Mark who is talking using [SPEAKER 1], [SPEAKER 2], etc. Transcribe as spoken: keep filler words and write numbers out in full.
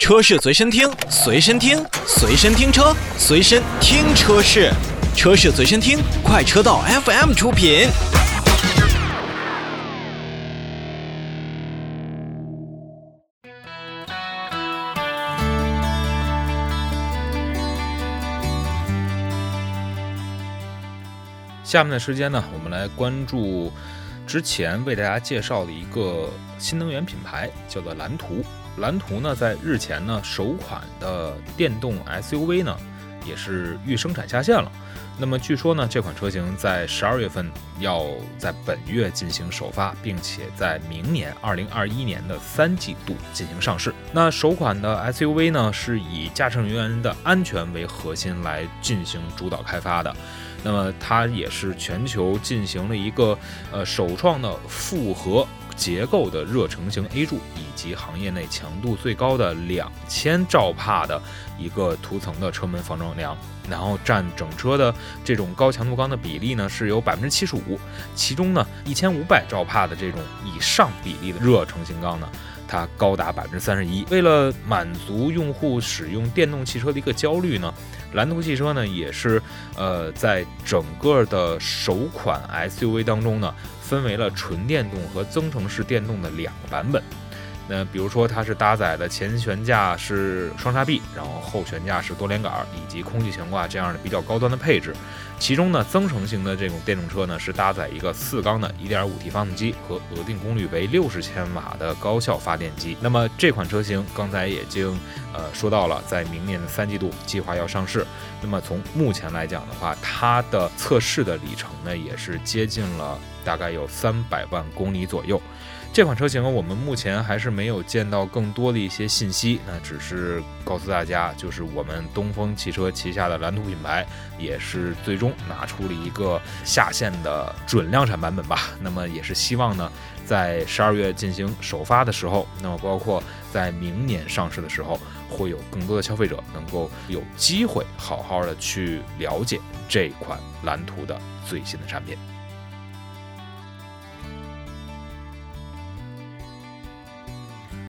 [SPEAKER 1] 车是随身听，随身听，随身听车，随身听车是，车是随身听，快车道 F M 出品。
[SPEAKER 2] 下面的时间呢，我们来关注之前为大家介绍的一个新能源品牌，叫做蓝图。蓝图呢，在日前呢，首款的电动 S U V 呢，也是预生产下线了。那么据说呢，这款车型在十二月份要在本月进行首发，并且在明年二零二一年的三季度进行上市。那首款的 S U V 呢，是以驾驶人员的安全为核心来进行主导开发的。那么它也是全球进行了一个呃首创的复合结构的热成型 A 柱，以及行业内强度最高的两千兆帕的一个涂层的车门防撞梁，然后占整车的这种高强度钢的比例呢是有 百分之七十五， 其中呢一千五百兆帕的这种以上比例的热成型钢呢，它高达 百分之三十一。 为了满足用户使用电动汽车的一个焦虑呢，蓝图汽车呢也是呃在整个的首款 S U V 当中呢，分为了纯电动和增程式电动的两个版本。那比如说它是搭载的前悬架是双叉臂，然后后悬架是多连杆以及空气悬挂这样的比较高端的配置。其中呢，增程型的这种电动车呢是搭载一个四缸的 一点五 T 发动机和额定功率为六十千瓦的高效发电机。那么这款车型刚才已经呃说到了，在明年的三季度计划要上市。那么从目前来讲的话，它的测试的里程呢也是接近了大概有三百万公里左右。这款车型我们目前还是没有见到更多的一些信息，那只是告诉大家，就是我们东风汽车旗下的蓝图品牌也是最终拿出了一个下线的准量产版本吧。那么也是希望呢，在十二月进行首发的时候，那么包括在明年上市的时候，会有更多的消费者能够有机会好好的去了解这款蓝图的最新的产品。